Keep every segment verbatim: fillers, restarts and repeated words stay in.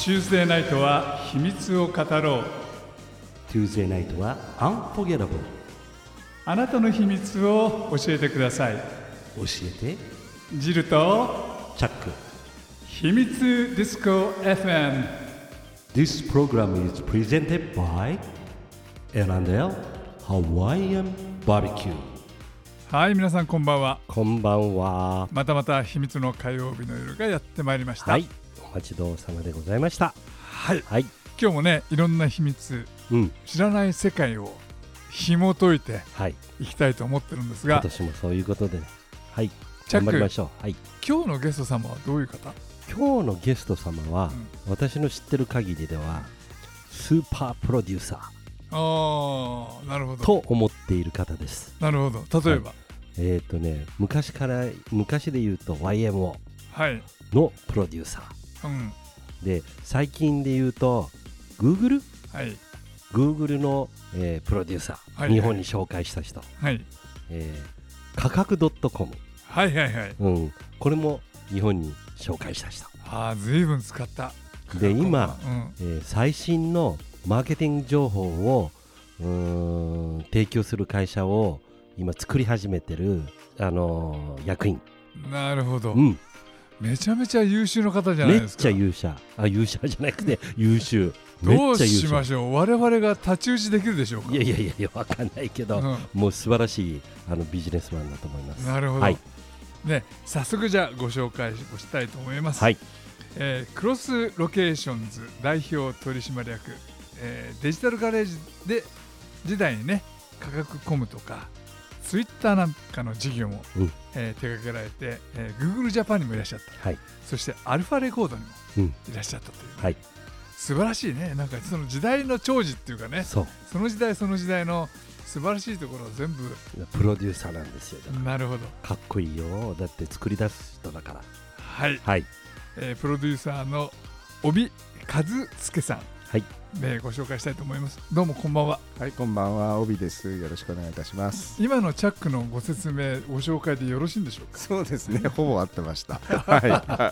Tuesday ナイトは秘密を語ろう。 Tuesday ナイトは Unforgettable。 あなたの秘密を教えてください。 教えてジルとチャック。 秘密ディスコ エフエム。 This program is presented by エルアンドエル Hawaiian Barbecue。 はい、皆さんこんばんは。 こんばんは。 またまた秘密の火曜日の夜がやってまいりました。 はい、お待ちどうさまでございました。 はい、 はい、 今日もね、いろんな秘密、 うん、 知らない世界を紐解いていきたいと思ってるんですが、 今年もそういうことでね、はい、 チャック、 頑張りましょう。はい、 今日のゲスト様はどういう方？ 今日のゲスト様は、うん、私の知ってる限りではスーパープロデューサー、 あー、なるほど、 と思っている方です。 なるほど。例えば、はい、 えっ、ー、とね、昔から昔で言うと ワイエムオー のプロデューサー、はい、うん、で最近で言うと Google、はい、Google の、えー、プロデューサー、はいはい、日本に紹介した人、はい、えー、価格 .com、 はいはいはい、 うん、これも日本に紹介した人。 ああ、随分使った。 で今、うん、えー、最新のマーケティング情報をうーん提供する会社を今作り始めてる、あのー、役員。 なるほど、 うん、 めちゃめちゃ優秀な方じゃないですか。 めっちゃ優秀、あ、優秀じゃなくて優秀。 どうしましょう、我々が太刀打ちできるでしょうか。 いやいやいや、わかんないけど、うん、もう素晴らしいあのビジネスマンだと思います。 なるほど、 はい、 ね、早速じゃあご紹介をしたいと思います。 はい、 えー、クロスロケーションズ代表取締役、えー、デジタルガレージで時代にね、価格コムとかツイッターなんかの事業も、うん、えー、手掛けられて、えー、Google ジャパンにもいらっしゃった、はい、そしてアルファレコードにもいらっしゃったという、ね、うん、はい、素晴らしいね。なんかその時代の寵児っていうかね、そう、その時代その時代の素晴らしいところを全部プロデューサーなんですよ。 なるほど、かっこいいよ。だって作り出す人だから。 はい、 はい、 えー、プロデューサーの帯和介さん、はい、でご紹介したいと思います。どうもこんばんは。 はい、こんばんは、帯です。よろしくお願いいたします。 今のチャックのご説明ご紹介でよろしいんでしょうか。 そうですね、ほぼ合ってました。はい、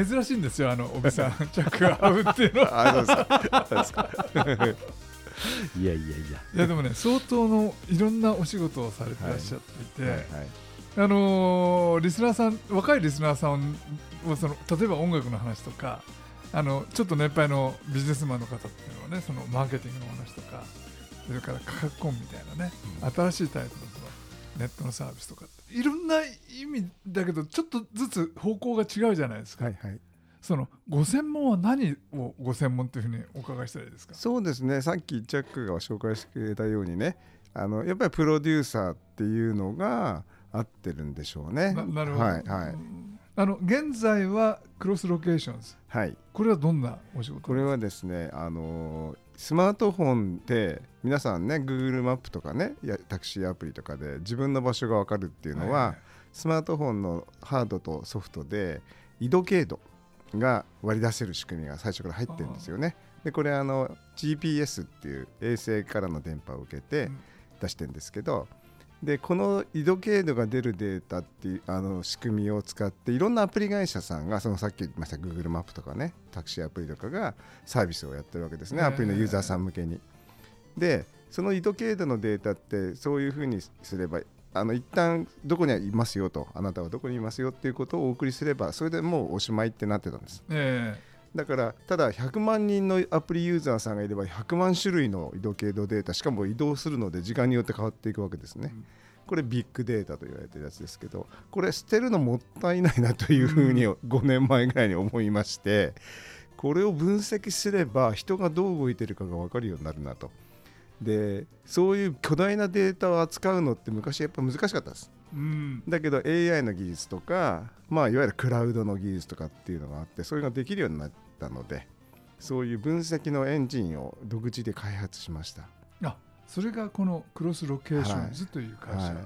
珍しいんですよ、あの帯さんチャックが合うっていうのは。あ、そうですか。 いやいやいや、 いやでもね、相当のいろんなお仕事をされてらっしゃっていて、はいはいはい、あのー、リスナーさん、若いリスナーさんをその例えば音楽の話とか、あのちょっと年配のビジネスマンの方っていうのはね、そのマーケティングの話とか、それから価格コンみたいなね、うん、新しいタイプのそのネットのサービスとか、いろんな意味だけどちょっとずつ方向が違うじゃないですか。はいはい、そのご専門は何をご専門というふうにお伺いしたらいいですか。 そうですね、さっきチャックが紹介してくれたようにね、あのやっぱりプロデューサーっていうのが合ってるんでしょうね。 な, なるほど、 はいはい、 あの現在はクロスロケーションズ、はい、これはどんなお仕事ですか。 これはですね、あのスマートフォンで皆さんね、 Google マップとかね、やタクシーアプリとかで自分の場所が分かるっていうのは、はい、スマートフォンのハードとソフトで緯度経度が割り出せる仕組みが最初から入ってるんですよね。でこれあの ジーピーエス っていう衛星からの電波を受けて出してるんですけど、うん、でこの緯度経度が出るデータっていうあの仕組みを使って、いろんなアプリ会社さんが、そのさっき言いました Google マップとかね、タクシーアプリとかがサービスをやってるわけですね、アプリのユーザーさん向けに。でその緯度経度のデータってそういうふうにすれば、あの一旦どこにいますよと、あなたはどこにいますよっていうことをお送りすれば、それでもうおしまいってなってたんです、えー、だからただひゃくまんにんのアプリユーザーさんがいればひゃくまん種類の緯度経度データ、しかも移動するので時間によって変わっていくわけですね、うん、これビッグデータと言われてるやつですけど、これ捨てるのもったいないなというふうにごねんまえぐらいに思いまして、これを分析すれば人がどう動いてるかが分かるようになるなと。でそういう巨大なデータを扱うのって昔やっぱ難しかったです、うん、だけど エーアイ の技術とか、まあ、いわゆるクラウドの技術とかっていうのがあって、それができるようになったので、そういう分析のエンジンを独自で開発しました。 あ、それがこのクロスロケーションズという会社、はいはい、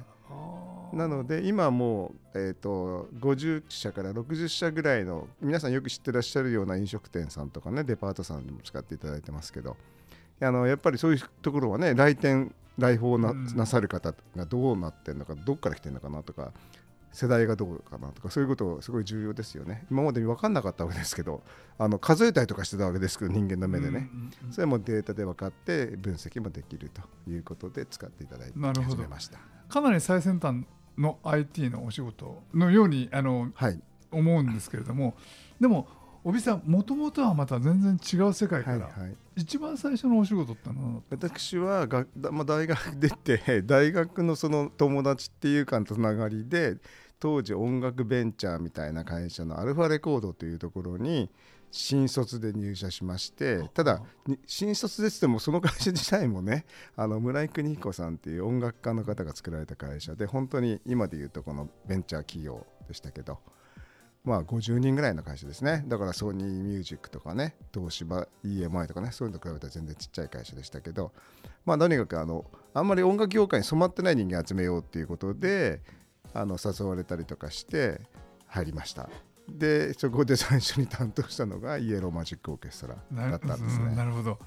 なので今もう、えーと、ごじゅっしゃからろくじゅっしゃぐらいの皆さんよく知ってらっしゃるような飲食店さんとかね、デパートさんにも使っていただいてますけど、あのやっぱりそういうところはね、来店来訪 な,、うん、なさる方がどうなってるのか、どっから来てるのかなとか、 世代がどうかなとかそういうことすごい重要ですよね。今まで分かんなかったわけですけどあの数えたりとかしてたわけですけど人間の目でね、うんうんうん、それもデータで分かって分析もできるということで使っていただいて始めました。 かなり最先端の アイティー のお仕事のようにあの、はい、思うんですけれどもでも帯さんもともとはまた全然違う世界から、はいはい、一番最初のお仕事って何だったんですか？ 私はが、まあ、大学出て大学のその友達っていうかのつながりで当時音楽ベンチャーみたいな会社のアルファレコードというところに新卒で入社しまして、ただ新卒でしてもその会社自体もねあの村井邦彦さんっていう音楽家の方が作られた会社で本当に今でいうとこのベンチャー企業でしたけどまあごじゅうにんぐらいの会社ですね。だからソニーミュージックとかね東芝 イーエムアイ とかねそういうのと比べたら全然ちっちゃい会社でしたけどまあとにかくあのあんまり音楽業界に染まってない人間集めようっていうことであの誘われたりとかして入りました。でそこで最初に担当したのがイエローマジックオーケストラだったんですね。 な, なるほど、はい、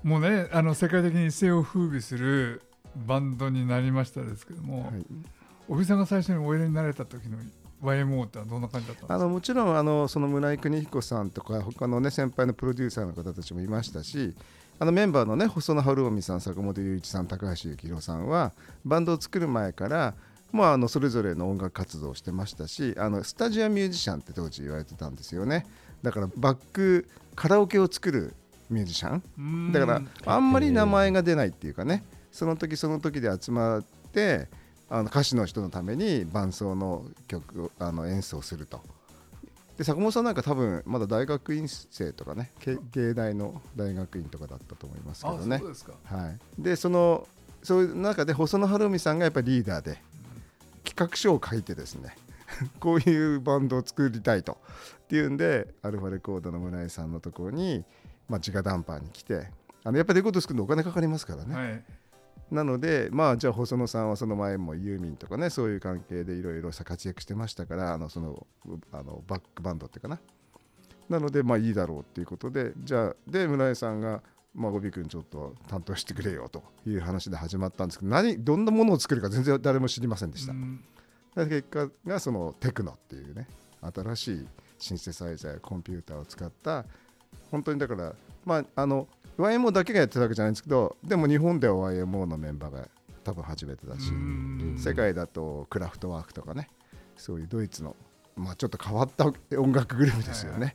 もうねあの世界的に一世を風靡するバンドになりましたですけども、はい、帯さんが最初におやりになれた時のワイエムオー ってどんな感じだったんですか？ あのもちろんあのその村井邦彦さんとか他の、ね、先輩のプロデューサーの方たちもいましたしあのメンバーのね細野晴臣さん坂本龍一さん高橋幸宏さんはバンドを作る前からまあ、あのそれぞれの音楽活動をしてましたしあのスタジオミュージシャンって当時言われてたんですよね。だからバックカラオケを作るミュージシャンだからあんまり名前が出ないっていうかねその時その時で集まってあの歌手の人のために伴奏の曲あの演奏すると。で坂本さんなんか多分まだ大学院生とかね芸大の大学院とかだったと思いますけどね。 あ、そうですか。 はい、でそのそういう中で細野晴臣さんがやっぱりリーダーで企画書を書いてですねこういうバンドを作りたいとっていうんでアルファレコードの村井さんのところに、まあ、直談判に来てあのやっぱりレコード作るのお金かかりますからね、はい、なので、まあ、じゃあ細野さんはその前もユーミンとかねそういう関係でいろいろ活躍してましたからあのそのあのバックバンドっていうかななのでまあいいだろうっていうことでじゃあで村井さんがまあ、帯君ちょっと担当してくれよという話で始まったんですけど何どんなものを作るか全然誰も知りませんでした。結果がそのテクノっていうね新しいシンセサイザーやコンピューターを使った本当にだからまああの ワイエムオー だけがやってたわけじゃないんですけどでも日本では ワイエムオー のメンバーが多分初めてだし世界だとクラフトワークとかねそういうドイツの、まあ、ちょっと変わった音楽グループですよね、はいはい、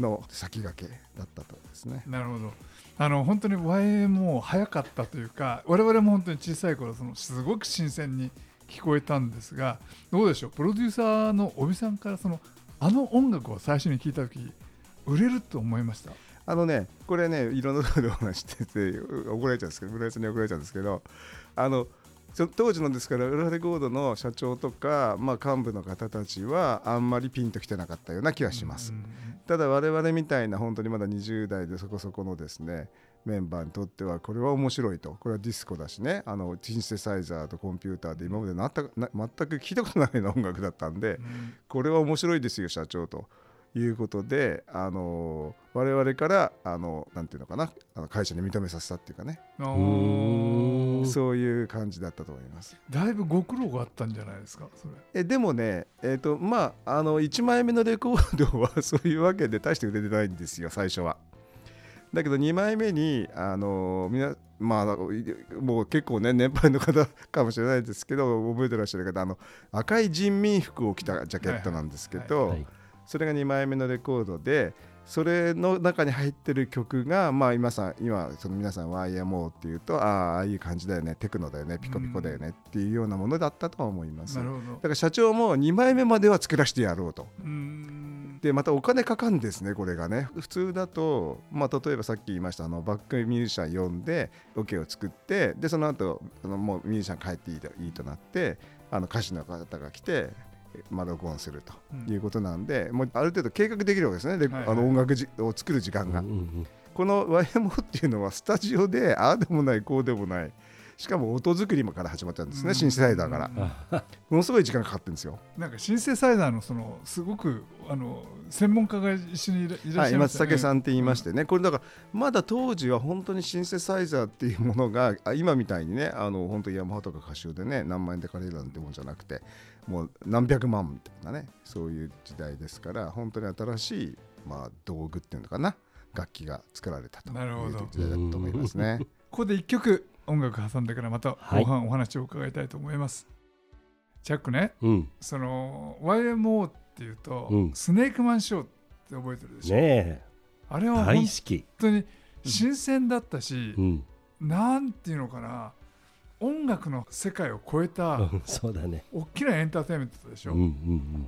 の先駆けだったとですね。 なるほど。あの本当に ワイエムオー 早かったというか我々も本当に小さい頃そのすごく新鮮に聞こえたんですがどうでしょうプロデューサーの帯さんからそのあの音楽を最初に聞いた時売れると思いました？ あのねこれねいろんなところでお話してて怒られちゃうんですけど村井さんに怒られちゃうんですけどあの当時のですからアルファレコードの社長とか、まあ、幹部の方たちはあんまりピンときてなかったような気がします。ただ我々みたいな本当にまだにじゅう代でそこそこのですねメンバーにとってはこれは面白いとこれはディスコだしねあのシンセサイザーとコンピューターで今までなったな全く聞いたことないような音楽だったんで、うん、これは面白いですよ社長ということであの我々からあのなんていうのかなあの会社に認めさせたっていうかねそういう感じだったと思います。 だいぶご苦労があったんじゃないですかそれ。 えでもね、えーとまあ、あのいちまいめのレコードはそういうわけで大して売れてないんですよ最初は。だけどにまいめにあのみな、まあ、もう結構ね年配の方かもしれないですけど覚えてらっしゃる方あの赤い人民服を着たジャケットなんですけど、はいはいはい、それがにまいめのレコードでそれの中に入ってる曲が、まあ、今さ今その皆さん ワイエムオー っていうとああああいう感じだよねテクノだよねピコピコだよねっていうようなものだったとは思います。 なるほど。 だから社長もにまいめまでは作らせてやろうと。うーんでまたお金かかるんですねこれがね。普通だと、まあ、例えばさっき言いましたあのバックミュージシャン呼んでオケを作ってでその後あのもうミュージシャン帰っていいと、いいとなってあの歌手の方が来てまあ、録音するということなんで、うん、もうある程度計画できるわけですね、はいはい、あの音楽を作る時間が、うんうんうん、この ワイエムオー っていうのはスタジオでああでもないこうでもないしかも音作りもから始まっちゃうんですね、うん、シンセサイザーからものすごい時間がかかってるんですよ。 なんかシンセサイザーのそのすごくあの専門家が一緒にいらっしゃいますよね、はい、 松武さんって言いましてね、うん、これだからまだ当時は本当にシンセサイザーっていうものが今みたいにねあの本当ヤマハとかカシオでね何万円で借りるなんてもんじゃなくてもう何百万みたいなね、そういう時代ですから、本当に新しい、まあ、道具っていうのかな、楽器が作られたという時代だと思いますね。 ここで一曲音楽挟んでからまた後半お話を伺いたいと思います、はい、チャックね、うん、その ワイエムオー っていうと、うん、スネークマンショーって覚えてるでしょ、ね、あれは本当に新鮮だったし、うん、なんていうのかな、音楽の世界を超えた、うん、そうだね、大きなエンターテインメントでしょ、うんうんうん、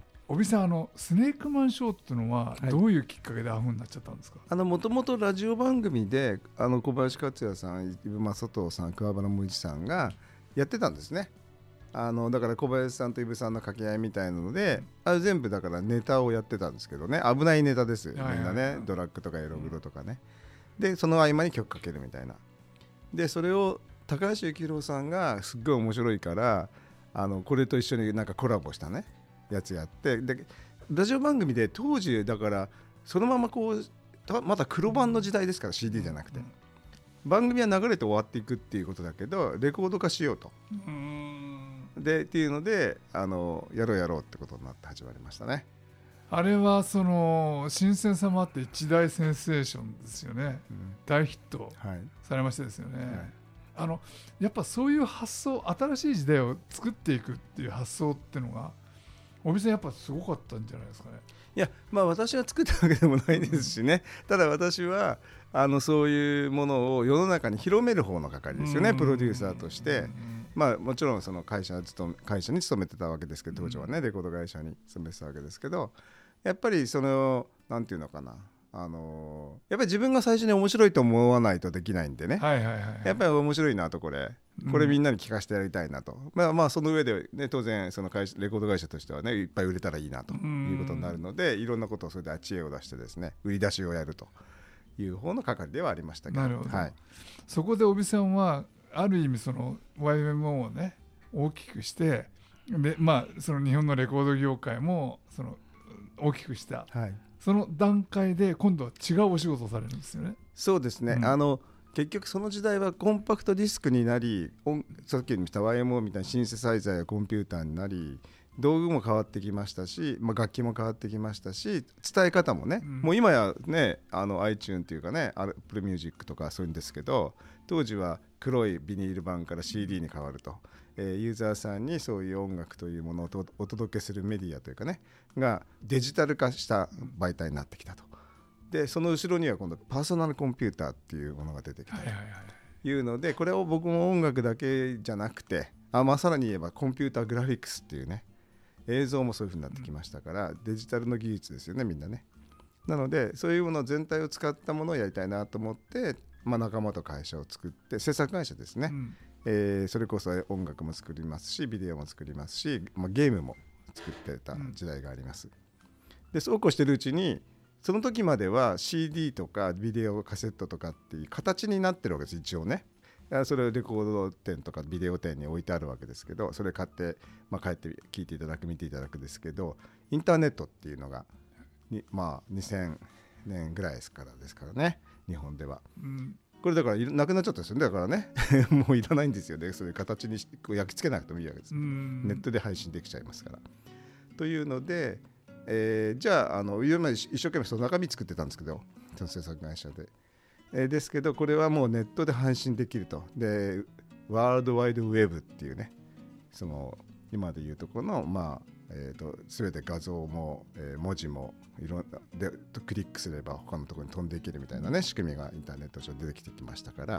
帯さん、あのスネークマンショーっていうのはどういうきっかけでああいう風になっちゃったんですか？ もともとラジオ番組であの小林克也さん、佐藤さん、桑原萌一さんがやってたんですね。あのだから小林さんと伊武さんの掛け合いみたいなので、あれ全部だからネタをやってたんですけどね、危ないネタですよ、みんなね、ドラッグとかエログロとかね、うん、でその合間に曲かけるみたいな。でそれを高橋幸宏さんがすっごい面白いから、あのこれと一緒になんかコラボしたねやつやって、でラジオ番組で当時だからそのままこうまだ黒板の時代ですから、 シーディー じゃなくて、番組は流れて終わっていくっていうことだけどレコード化しようと、うーんでっていうのであのやろうやろうってことになって始まりましたね。 あれはその新鮮さもあって一大センセーションですよね、うん、大ヒットされましたですよね、はいはい、あのやっぱそういう発想、新しい時代を作っていくっていう発想っていうのが帯さんやっぱすごかったんじゃないですかね。 いや、まあ私が作ったわけでもないですしね、ただ私はあのそういうものを世の中に広める方の係ですよね、プロデューサーとして。まあもちろんその会社勤め会社に勤めてたわけですけど、当時はねレコード会社に勤めてたわけですけど、やっぱりそのなんていうのかな、あのー、やっぱり自分が最初に面白いと思わないとできないんでね、はいはいはいはい、やっぱり面白いなと、これこれみんなに聞かせてやりたいなと、うん、まあまあその上で、ね、当然その会社レコード会社としてはねいっぱい売れたらいいなということになるので、いろんなことをそれで知恵を出してですね売り出しをやるという方の係ではありましたけど、 なるほど、はい、そこで帯さんはある意味その ワイエムオー をね大きくしてで、まあ、その日本のレコード業界もその大きくした、はい、その段階で今度は違うお仕事をされるんですよね。 そうですね、うん、あの結局その時代はコンパクトディスクになり、さっき言った ワイエムオー みたいなシンセサイザーやコンピューターになり、道具も変わってきましたし、まあ、楽器も変わってきましたし、伝え方もね、うん、もう今やねあの iTunes っていうかね Apple Music とかそういうんですけど、当時は黒いビニール板から シーディー に変わると、えー、ユーザーさんにそういう音楽というものをとお届けするメディアというかねがデジタル化した媒体になってきたと。でその後ろには今度パーソナルコンピューターっていうものが出てきたというので、これを僕も音楽だけじゃなくて、あ、まあ、さらに言えばコンピューターグラフィックスっていうね映像もそういう風になってきましたから、デジタルの技術ですよねみんなね。なのでそういうもの全体を使ったものをやりたいなと思って、まあ、仲間と会社を作って制作会社ですね、うんえー、それこそ音楽も作りますしビデオも作りますし、まあ、ゲームも作ってた時代があります、うん、でそうこうしてるうちにその時までは シーディー とかビデオカセットとかっていう形になってるわけです一応ね。それをレコード店とかビデオ店に置いてあるわけですけど、それ買って、まあ、帰って聞いていただく見ていただくですけど、インターネットっていうのがに、まあ、にせんねんぐらいですからですからね日本では、うん、これだからなくなっちゃったんですよね。だからねもういらないんですよね。そういう形に焼き付けなくてもいいわけです。ネットで配信できちゃいますからというので、えー、じゃあ、あの今まで一生懸命その中身作ってたんですけど、その制作会社でえー、ですけどこれはもうネットで配信できると。でワールドワイドウェブっていうね、その今でいうとこの、まあえー、と全て画像も、えー、文字もいろんなでクリックすれば他のところに飛んでいけるみたいなね仕組みがインターネット上で出てきてきましたから、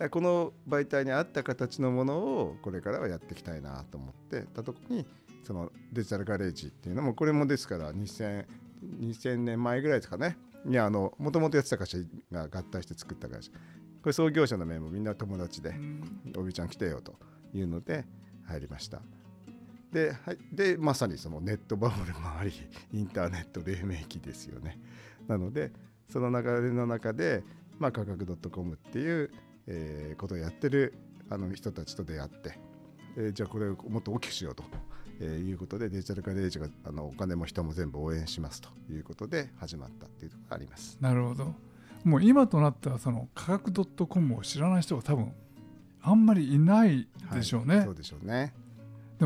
この媒体に合った形のものをこれからはやっていきたいなと思ってたところに、そのデジタルガレージっていうのもこれもですからにせん、にせんねんまえぐらいですかねにあのもともとやってた会社が合体して作った会社、これ創業者の面もみんな友達で、おびちゃん来てよというので入りました。で、はい、でまさにそのネットバブルもありインターネット黎明期ですよね。なのでその流れの中で、まあ、価格 .com っていう、えー、ことをやってるあの人たちと出会って、えー、じゃあこれをもっと大きくしようとえー、いうことでデジタルガレージがあのお金も人も全部応援しますということで始まったっていうところがあります。 なるほど。もう今となってはその価格 .com を知らない人が多分あんまりいないでしょうね、 はい、そうでしょうね。 でも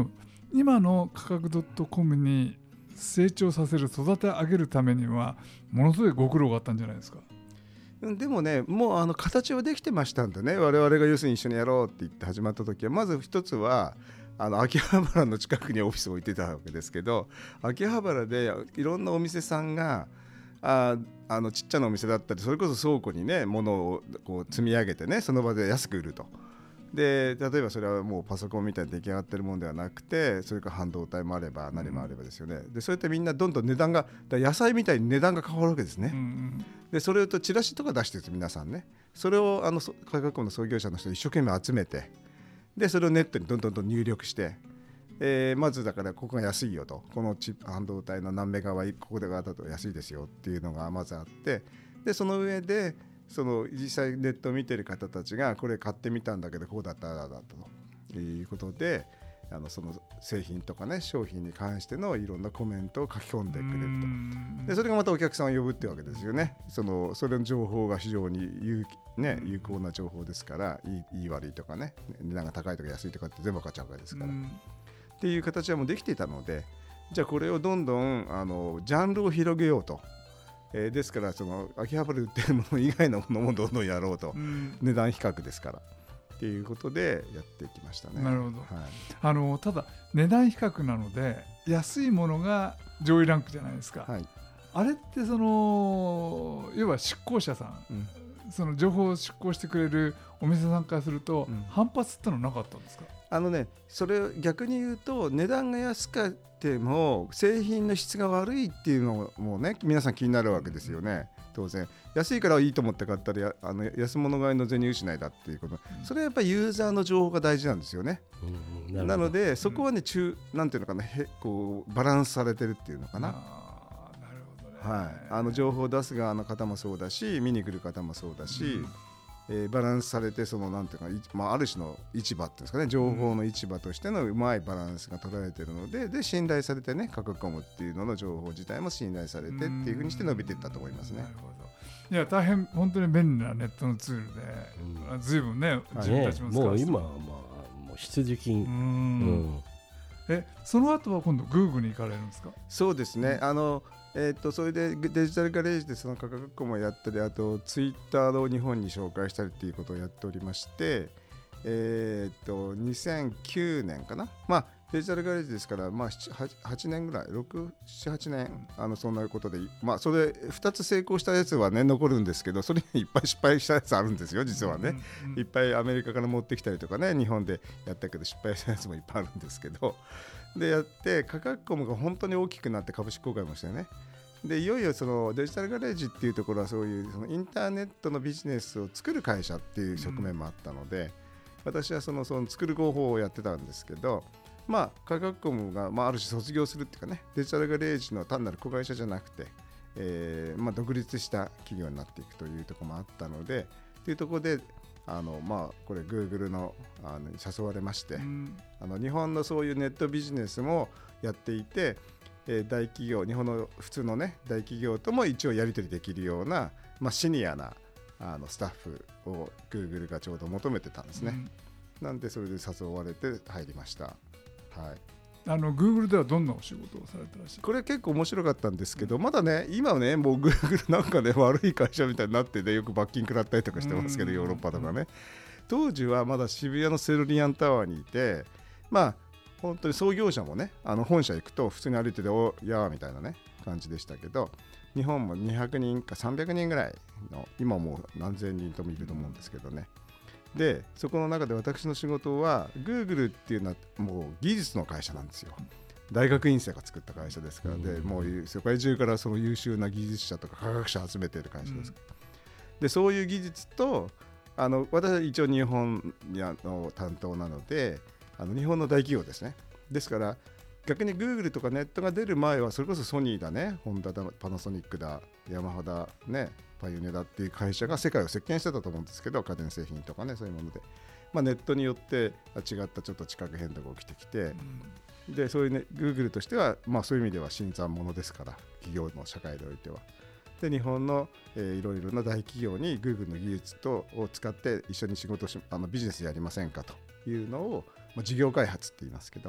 今の価格 .com に成長させる、育て上げるためにはものすごいご苦労があったんじゃないですか。 でもね、もうあの形はできてましたんでね、我々が要するに一緒にやろうって言って始まった時は、まず一つはあの秋葉原の近くにオフィスを置いてたわけですけど、秋葉原でいろんなお店さんがああのちっちゃなお店だったり、それこそ倉庫にね物をこう積み上げてね、その場で安く売ると。で例えばそれはもうパソコンみたいに出来上がってるものではなくて、それから半導体もあれば何もあればですよね。でそうやってみんなどんどん値段が、だ野菜みたいに値段が変わるわけですね、うんうん、でそれとチラシとか出してるんです皆さんね。それをあの価格の創業者の人一生懸命集めて、でそれをネットにどんどんどん入力して、えー、まずだからここが安いよと、このチップ半導体の何メガはここでだと安いですよっていうのがまずあって、でその上でその実際ネットを見てる方たちがこれ買ってみたんだけどこうだったらだということで、あのその製品とかね商品に関してのいろんなコメントを書き込んでくれると。でそれがまたお客さんを呼ぶってわけですよね。そのそれの情報が非常に有、ね、有効な情報ですから、いい、いい悪いとかね、値段が高いとか安いとかって全部分かっちゃうわけですからっていう形はもうできていたので、じゃあこれをどんどんあのジャンルを広げようと。えー、ですからその秋葉原で売ってるもの以外のものもどんどんやろうと、うん、値段比較ですからっていうことでやっていきましたね。 なるほど、はい、あのただ値段比較なので安いものが上位ランクじゃないですか、はい、あれってその要は出向者さん、うん、その情報を出向してくれるお店さんからすると、うん、反発ってのはなかったんですか。 あのね、それを逆に言うと値段が安かっても製品の質が悪いっていうのもね皆さん気になるわけですよね。当然安いからいいと思って買ったらあの安物買いの銭失いだっていうこと、それはやっぱりユーザーの情報が大事なんですよね、うん、な, なのでそこはね中なんていうのかな、へこうバランスされてるっていうのかな。 あなるほどね、 はい、あの情報を出す側の方もそうだし見に来る方もそうだし、うんえー、バランスされてそのなんていうか、まあ、ある種の市場っていうんですかね、情報の市場としてのうまいバランスが取られているので、で信頼されてね価格コムっていうのの情報自体も信頼されてっていうふうにして伸びていったと思いますね。 なるほど。いや大変本当に便利なネットのツールで、うん、随分ね自分たちも使わせて、 ね、もう今はまあもう必需品。うん、うん、 えその後は今度グーグルに行かれるんですか。 そうですね、あのえー、とそれでデジタルガレージでその価格コムをやったり、あとツイッターを日本に紹介したりっていうことをやっておりまして、えー、とにせんきゅうねんかな、まあ、デジタルガレージですから、まあ、はちねんぐらいろく、なな、はちねんあのそんなことで、まあ、それふたつ成功したやつは、ね、残るんですけど、それにいっぱい失敗したやつあるんですよ実はね、うんうん、いっぱいアメリカから持ってきたりとかね、日本でやったけど失敗したやつもいっぱいあるんですけど、でやって価格コムが本当に大きくなって株式公開もしてね、でいよいよそのデジタルガレージっていうところはそういうそのインターネットのビジネスを作る会社っていう側面もあったので、うん、私はそのその作る方法をやってたんですけど、まあ価格コムがまあある種卒業するっていうかね、デジタルガレージの単なる子会社じゃなくて、えーまあ、独立した企業になっていくというところもあったので、というところであのまあこれ Google のあの誘われまして、うん、あの日本のそういうネットビジネスもやっていて、えー、大企業、日本の普通のね大企業とも一応やり取りできるような、まあ、シニアなあのスタッフを Google がちょうど求めてたんですね、うん、なんでそれで誘われて入りました。はい、 あの Google ではどんなお仕事をされてらっしゃる？ これ結構面白かったんですけど、うん、まだね今はねもう Google なんかね悪い会社みたいになってて、よく罰金食らったりとかしてますけど、ヨーロッパとかね、当時はまだ渋谷のセルリアンタワーにいて、まあ本当に創業者もねあの本社行くと普通に歩いてておやーみたいなね感じでしたけど、日本もにひゃくにんかさんびゃくにんぐらいの、今もう何千人ともいると思うんですけどね。でそこの中で私の仕事は Google っていうのはもう技術の会社なんですよ。大学院生が作った会社ですから、でもう世界中からその優秀な技術者とか科学者を集めている会社ですから、うん、でそういう技術とあの私は一応日本の担当なので、あの日本の大企業ですね。ですから逆に Google とかネットが出る前はそれこそソニーだね、ホンダだ、パナソニックだ、ヤマハだね、パイオニアだっていう会社が世界を席巻してたと思うんですけど、家電製品とかね、そういうもので、まあ、ネットによって違ったちょっと地殻変動が起きてきて、うん、でそういうね Google としては、まあ、そういう意味では新参者ですから、企業の社会においては。で日本の、えー、いろいろな大企業に Google の技術とを使って一緒に仕事しあのビジネスやりませんかというのを、まあ、事業開発って言いますけど、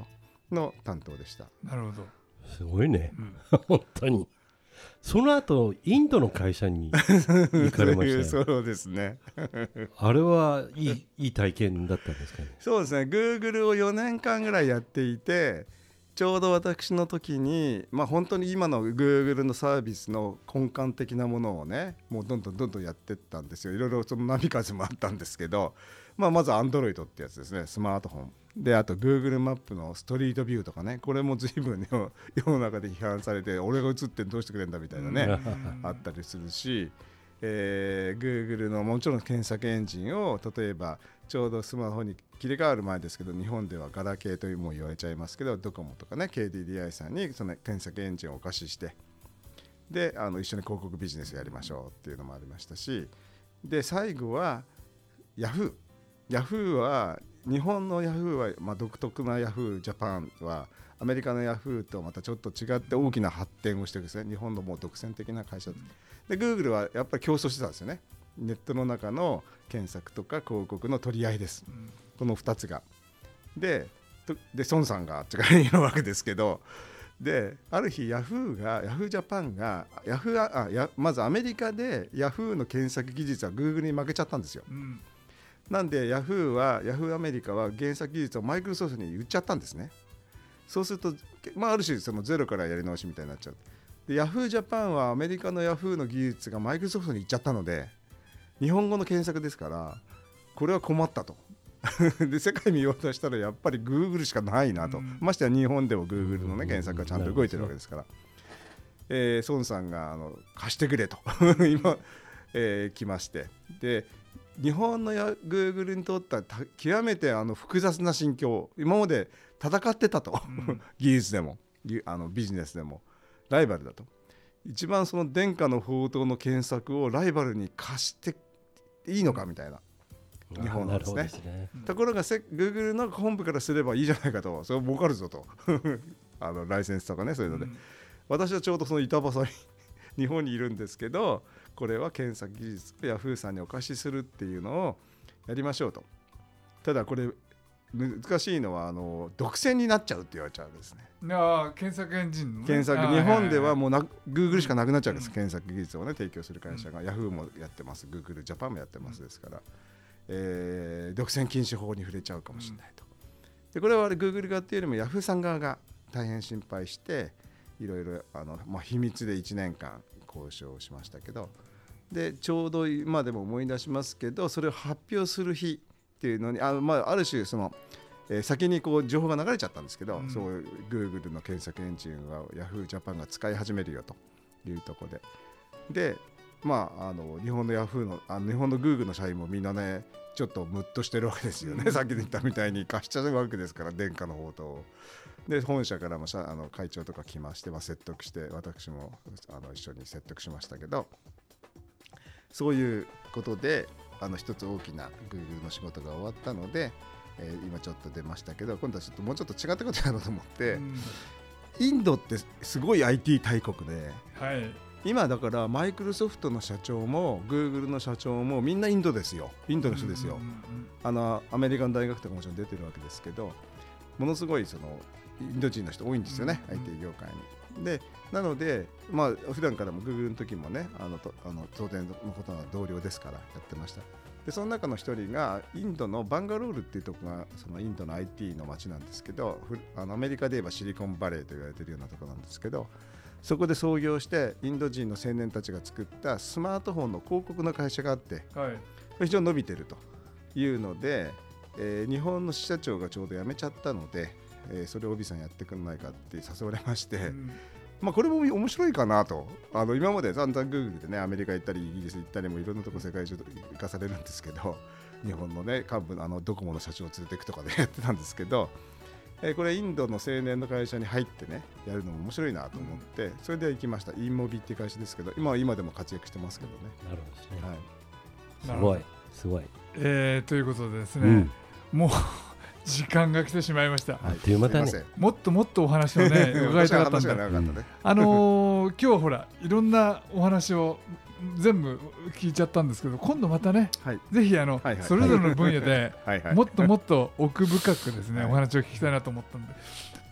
の担当でした。 なるほど、 すごいね、うん、本当に。その後インドの会社に行かれましたよ。 そうですねあれはいい、いい体験だったんですかね。 そうですね、 Google をよねんかんぐらいやっていて、ちょうど私の時に、まあ、本当に今の Google のサービスの根幹的なものをね、もうどんどんどんどんやっていったんですよ。いろいろその波風もあったんですけど、まあ、まず Android ってやつですね、スマートフォンで、あと Google マップのストリートビューとかね、これも随分世の中で批判されて、俺が映ってどうしてくれんだみたいなねあったりするし、えー、Google のもちろん検索エンジンを、例えばちょうどスマホに切り替わる前ですけど、日本ではガラケーというも言われちゃいますけど、ドコモとかね ケーディーディーアイ さんにその検索エンジンをお貸しして、であの一緒に広告ビジネスやりましょうっていうのもありましたし、で最後は Yahoo。 Yahoo は日本の Yahoo は、まあ、独特な Yahoo ジャパンはアメリカの Yahoo とまたちょっと違って大きな発展をしてるんですね。日本のもう独占的な会社で、Google はやっぱり競争してたんですよね。ネットの中の検索とか広告の取り合いです、うん、このふたつが。で、で孫さんがあっち側にいるわけですけど、である日 Yahoo が Yahoo ジャパンが Yahoo あやまずアメリカで Yahoo の検索技術は Google に負けちゃったんですよ、うん、なんで Yahoo は Yahoo アメリカは検索技術をマイクロソフトに売っちゃったんですね。そうすると、まあ、ある種そのゼロからやり直しみたいになっちゃう。で Yahoo ジャパンはアメリカの Yahoo の技術がマイクロソフトに行っちゃったので、日本語の検索ですからこれは困ったとで世界見渡したらやっぱり Google しかないなと、うん、ましてや日本でも Google の、ね、検索がちゃんと動いてるわけですから、えー、孫さんがあの貸してくれと今、えー、来まして、で日本のや Google にとっては極めてあの複雑な心境、今まで戦ってたと、うん、技術でもあのビジネスでもライバルだと、一番その殿下の宝刀の検索をライバルに貸していいのかみたいな、うん、日本なんですね。ですね、ところが Google の本部からすればいいじゃないかと、それ儲かるぞとあのライセンスとかね、そういうので、うん、私はちょうどその板挟み日本にいるんですけど、これは検索技術を Yahoo さんにお貸しするっていうのをやりましょうと。ただこれ難しいのはあの独占になっちゃうって言われちゃうんですね。 あ検索エンジンの、ね、 検索日本ではもうな Google しかなくなっちゃうんです、うん、検索技術を、ね、提供する会社が、うん、Yahoo もやってます、 Google ジャパンもやってますですから、えー、独占禁止法に触れちゃうかもしれないと。でこれは Google 側っていうよりも Yahoo さん側が大変心配していろいろあの、まあ、秘密でいちねんかん交渉をしましたけど、でちょうど今でも思い出しますけど、それを発表する日っていうのに あ,、まあ、ある種その、えー、先にこう情報が流れちゃったんですけど、うん、そう Google の検索エンジンは Yahoo ジャパンが使い始めるよというところで、で、まあ、あの日本の Yahoo のあの日本の Google の社員もみんなねちょっとムッとしてるわけですよね、うん、さっき言ったみたいに貸しちゃうわけですから、殿下の宝刀を。で本社からもあの会長とか来まして、まあ、説得して、私もあの一緒に説得しましたけど、そういうことであの一つ大きな Google の仕事が終わったので、えー、今ちょっと出ましたけど、今度はちょっともうちょっと違ったことやろうと思って、うん、インドってすごい アイティー 大国で、はい、今だからマイクロソフトの社長も Google の社長もみんなインドですよ、インドの人ですよ、うんうんうん、あのアメリカの大学とかもちろん出てるわけですけど、ものすごいそのインド人の人多いんですよね、うんうん、アイティー 業界に。でなので、まあ普段からも Google の時もね、あのとあの当然のことは同僚ですからやってました。でその中の一人がインドのバンガロールっていうところがそのインドの アイティー の街なんですけど、あのアメリカで言えばシリコンバレーと言われているようなところなんですけど、そこで創業してインド人の青年たちが作ったスマートフォンの広告の会社があって、はい、非常に伸びているというので、えー、日本の支社長がちょうど辞めちゃったので、えー、それを帯さんやってくんないかって誘われまして、うん、まあ、これも面白いかなと。あの今まで散々 Google でねアメリカ行ったりイギリス行ったりもいろんなとこ世界中行かされるんですけど、日本のね幹部あのドコモの社長を連れていくとかでやってたんですけど、えー、これインドの青年の会社に入ってねやるのも面白いなと思って、うん、それで行きました。インモビっていう会社ですけど、今は今でも活躍してますけどね。 なるほどですね、 はい、 すごいすごい、 えー、ということでですね、うん、もう時間が来てしまいました。 あっという間だね。 もっともっとお話をね伺いたかったんで、うん、あのー、今日はほらいろんなお話を全部聞いちゃったんですけど、今度またね、はい、ぜひあの、はいはい、それぞれの分野でもっともっと奥深くですね、はい、お話を聞きたいなと思ったんで、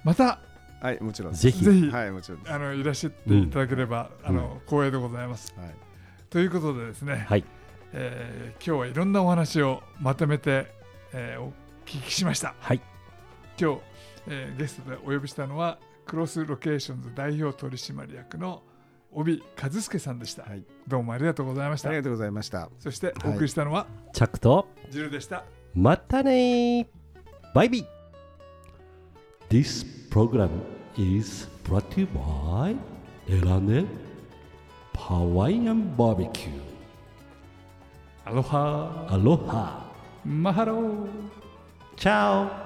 またはいもちろんぜひぜひ、 はいもちろんあのいらっしゃっていただければ、うん、あの光栄でございます、はい、ということでですね、 はいえー、今日はいろんなお話をまとめて、えー、お聞きしました、 はい、 今日、えー、ゲストでお呼びしたのはクロスロケーションズ代表取締役の帯和介さんでした、はい、どうもありがとうございました。 ありがとうございました。 そしてお送りしたのは、はい、 チャックとジルでした。 またねバイビー。 This program is brought to you by エラネハワイアンバーベキュー。 アロハアロハマハローチャオ。